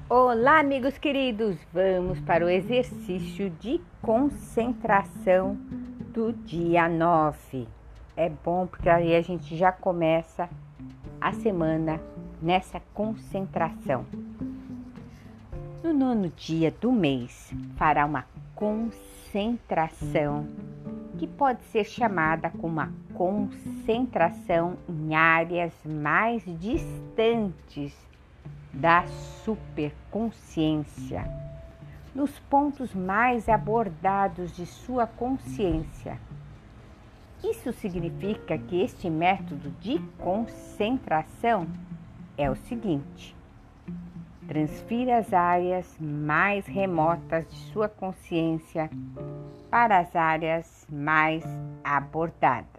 Olá, amigos queridos! Vamos para o exercício de concentração do dia 9. É bom porque aí a gente já começa a semana nessa concentração. No 9º dia do mês, fará uma concentração que pode ser chamada como uma concentração em áreas mais distantes da superconsciência, nos pontos mais abordados de sua consciência. Isso significa que este método de concentração é o seguinte: transfira as áreas mais remotas de sua consciência para as áreas mais abordadas.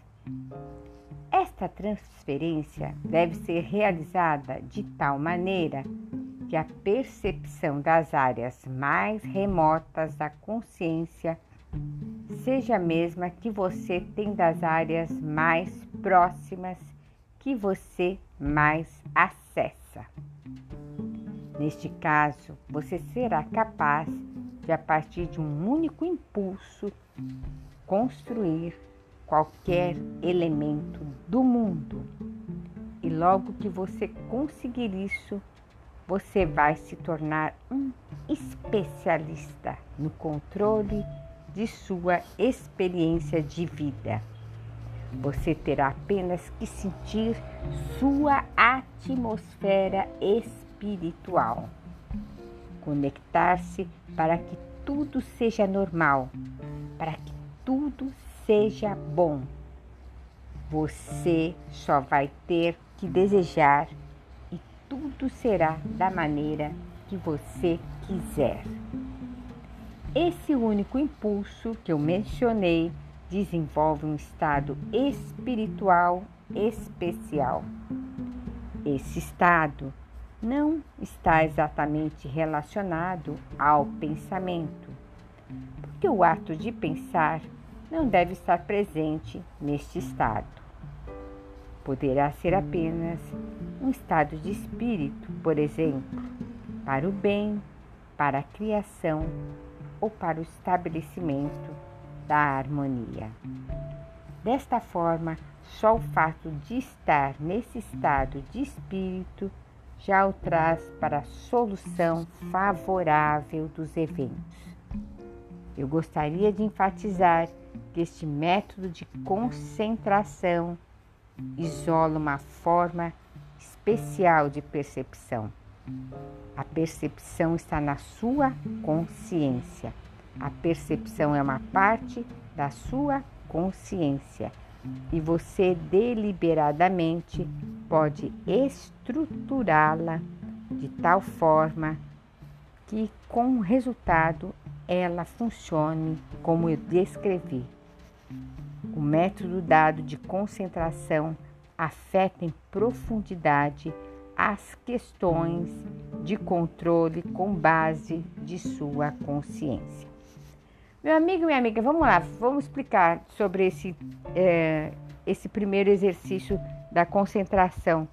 Esta transferência deve ser realizada de tal maneira que a percepção das áreas mais remotas da consciência seja a mesma que você tem das áreas mais próximas que você mais acessa. Neste caso, você será capaz de, a partir de um único impulso, construir qualquer elemento do mundo. E logo que você conseguir isso, você vai se tornar um especialista no controle de sua experiência de vida. Você terá apenas que sentir sua atmosfera espiritual, conectar-se para que tudo seja normal, para que tudo seja bom. Você só vai ter que desejar e tudo será da maneira que você quiser. Esse único impulso que eu mencionei desenvolve um estado espiritual especial. Esse estado não está exatamente relacionado ao pensamento, porque o ato de pensar não deve estar presente neste estado. Poderá ser apenas um estado de espírito, por exemplo, para o bem, para a criação ou para o estabelecimento da harmonia. Desta forma, só o fato de estar nesse estado de espírito já o traz para a solução favorável dos eventos. Eu gostaria de enfatizar que este método de concentração isola uma forma especial de percepção. A percepção está na sua consciência. A percepção é uma parte da sua consciência e você deliberadamente pode estruturá-la de tal forma que, com o resultado, ela funcione como eu descrevi. O método dado de concentração afeta em profundidade as questões de controle com base de sua consciência. Meu amigo e minha amiga, vamos lá, vamos explicar sobre esse primeiro exercício da concentração.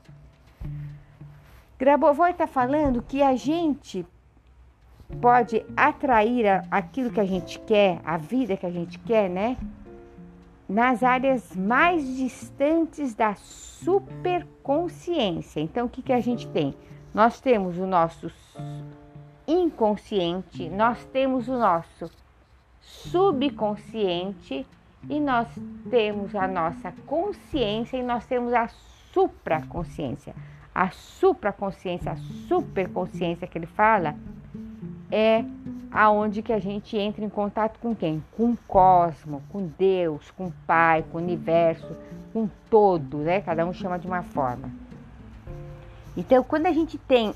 Grabovoi está falando que a gente pode atrair aquilo que a gente quer, a vida que a gente quer, né? Nas áreas mais distantes da superconsciência. Então, o que a gente tem? Nós temos o nosso inconsciente, nós temos o nosso subconsciente e nós temos a nossa consciência e nós temos a supraconsciência. A supraconsciência, a superconsciência que ele fala, é aonde que a gente entra em contato com quem? Com o cosmos, com Deus, com o Pai, com o universo, com todo, né? Cada um chama de uma forma. Então, quando a gente tem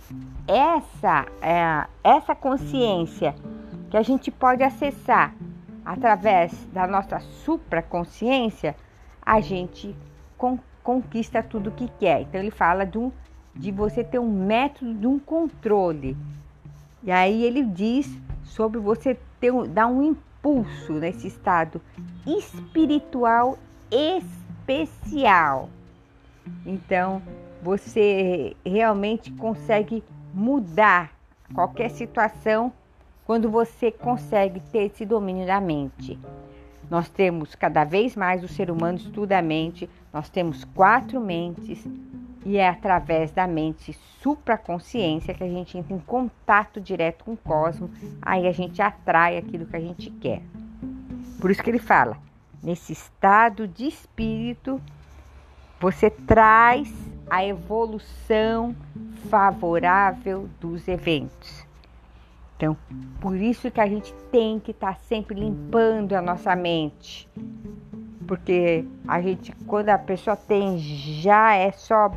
essa consciência que a gente pode acessar através da nossa supraconsciência, a gente conquista tudo o que quer. Então, ele fala de você ter um método de um controle. E aí ele diz sobre você dar um impulso nesse estado espiritual especial. Então, você realmente consegue mudar qualquer situação quando você consegue ter esse domínio da mente. Nós temos cada vez mais, o ser humano estuda a mente, nós temos 4 mentes e é através da mente supraconsciência que a gente entra em contato direto com o cosmos, aí a gente atrai aquilo que a gente quer. Por isso que ele fala, nesse estado de espírito, você traz a evolução favorável dos eventos. Então, por isso que a gente tem que estar sempre limpando a nossa mente. Porque a gente, quando a pessoa tem, já é só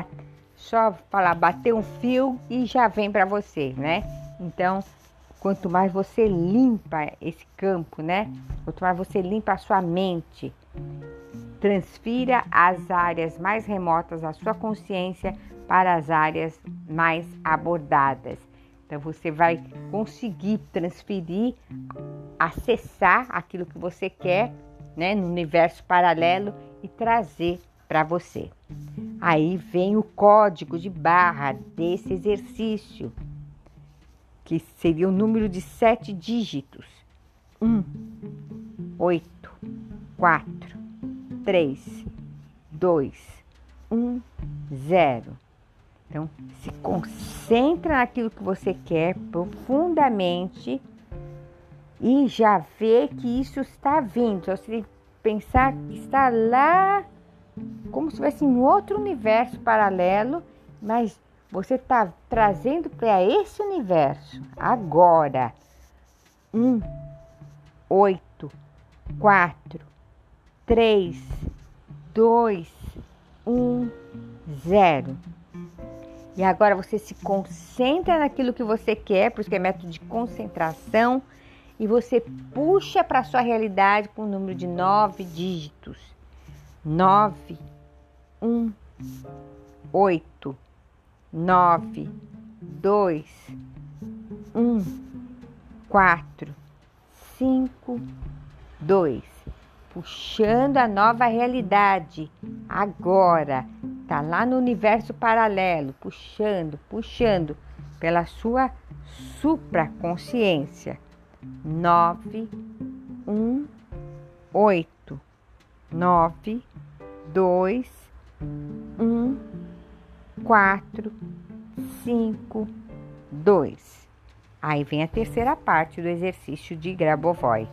falar, bater um fio e já vem para você, né? Então, quanto mais você limpa esse campo, né? Quanto mais você limpa a sua mente, transfira as áreas mais remotas da sua consciência para as áreas mais abordadas. Então, você vai conseguir transferir, acessar aquilo que você quer, né, no universo paralelo e trazer para você. Aí vem o código de barra desse exercício, que seria o número de 7 dígitos. 1, 8, 4, 3, 2, 1, 0. Então, se concentra naquilo que você quer profundamente e já vê que isso está vindo. Você tem que pensar que está lá, como se estivesse em outro universo paralelo, mas você está trazendo para esse universo agora. 1, 8, 4, 3, 2, 1, 0. E agora você se concentra naquilo que você quer, por isso que é método de concentração, e você puxa para a sua realidade com o número de 9 dígitos. 9, 1, 8, 9, 2, 1, 4, 5, 2. Puxando a nova realidade. Agora, tá lá no universo paralelo, puxando pela sua supraconsciência. 9, 1, 8, 9, 2, 1, 4, 5, 2. Aí vem a terceira parte do exercício de Grabovoi.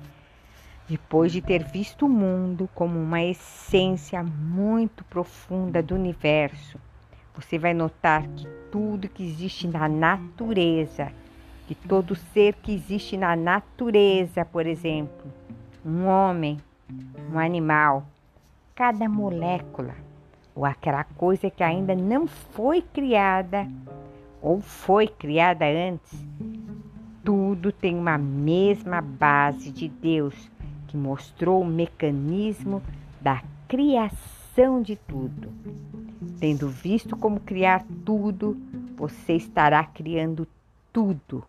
Depois de ter visto o mundo como uma essência muito profunda do universo, você vai notar que tudo que existe na natureza, que todo ser que existe na natureza, por exemplo, um homem, um animal, cada molécula, ou aquela coisa que ainda não foi criada, ou foi criada antes, tudo tem uma mesma base de Deus, que mostrou o mecanismo da criação de tudo. Tendo visto como criar tudo, você estará criando tudo.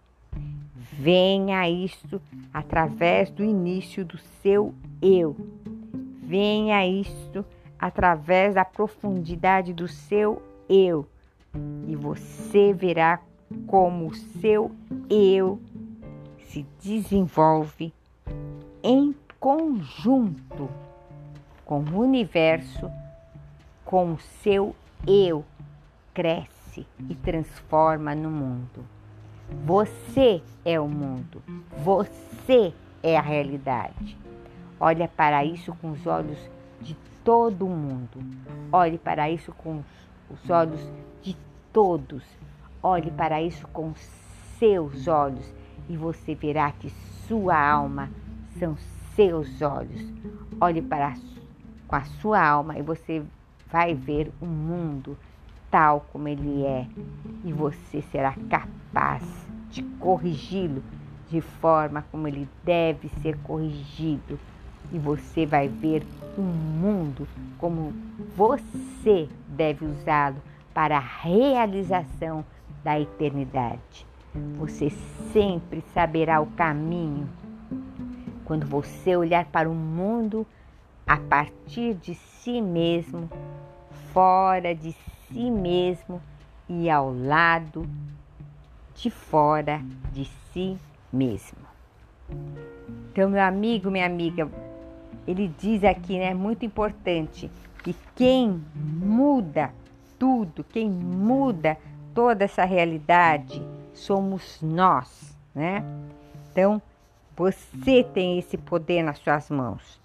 Venha isto através do início do seu eu. Venha isto através da profundidade do seu eu. E você verá como o seu eu se desenvolve em conjunto com o universo, com o seu eu, cresce e transforma no mundo. Você é o mundo, você é a realidade. Olha para isso com os olhos de todo mundo. Olhe para isso com os olhos de todos. Olhe para isso com seus olhos e você verá que sua alma são seus olhos. Olhe com a sua alma e você vai ver o mundo tal como ele é. E você será capaz de corrigi-lo de forma como ele deve ser corrigido. E você vai ver o mundo como você deve usá-lo para a realização da eternidade. Você sempre saberá o caminho quando você olhar para o mundo a partir de si mesmo, fora de si mesmo e ao lado de fora de si mesmo. Então, meu amigo, minha amiga, ele diz aqui, né, muito importante, que quem muda tudo, quem muda toda essa realidade, somos nós, né? Então, você tem esse poder nas suas mãos.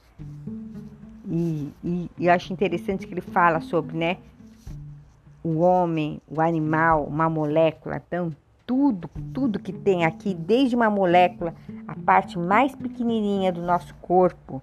E eu acho interessante que ele fala sobre, né, o homem, o animal, uma molécula. Então, tudo que tem aqui, desde uma molécula, a parte mais pequenininha do nosso corpo,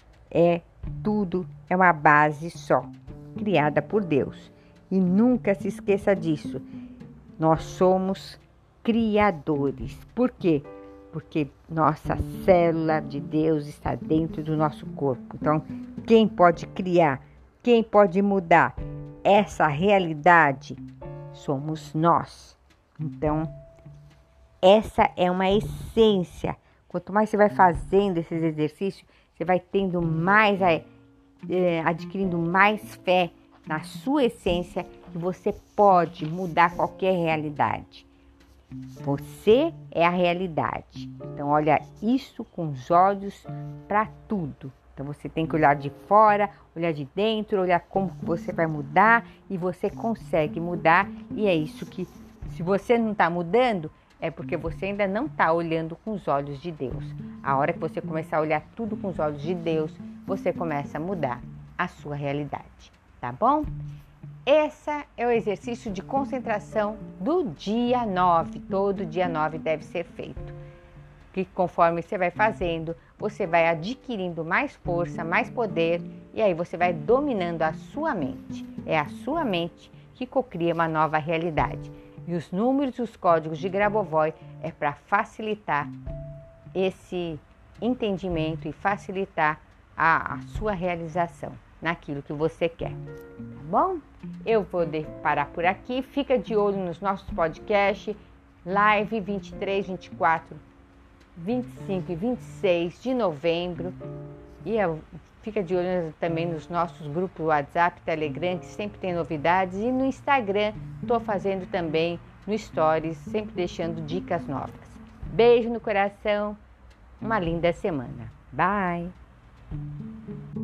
tudo é uma base só, criada por Deus. E nunca se esqueça disso. Nós somos criadores. Por quê? Porque nossa célula de Deus está dentro do nosso corpo. Então, quem pode criar, quem pode mudar essa realidade, somos nós. Então, essa é uma essência. Quanto mais você vai fazendo esses exercícios, você vai tendo mais, adquirindo mais fé na sua essência, que você pode mudar qualquer realidade. Você é a realidade. Então, olha isso com os olhos para tudo. Então, você tem que olhar de fora, olhar de dentro, olhar como você vai mudar, e você consegue mudar. E é isso que, se você não está mudando, é porque você ainda não está olhando com os olhos de Deus. A hora que você começar a olhar tudo com os olhos de Deus, você começa a mudar a sua realidade, tá bom? Esse é o exercício de concentração do dia 9. Todo dia 9 deve ser feito. Que conforme você vai fazendo, você vai adquirindo mais força, mais poder, e aí você vai dominando a sua mente. É a sua mente que cocria uma nova realidade. E os números e os códigos de Grabovoi é para facilitar esse entendimento e facilitar a sua realização naquilo que você quer, tá bom? Eu vou parar por aqui. Fica de olho nos nossos podcasts, live 23, 24, 25 e 26 de novembro. E fica de olho também nos nossos grupos WhatsApp, Telegram, que sempre tem novidades. E no Instagram, estou fazendo também no Stories, sempre deixando dicas novas. Beijo no coração, uma linda semana. Bye!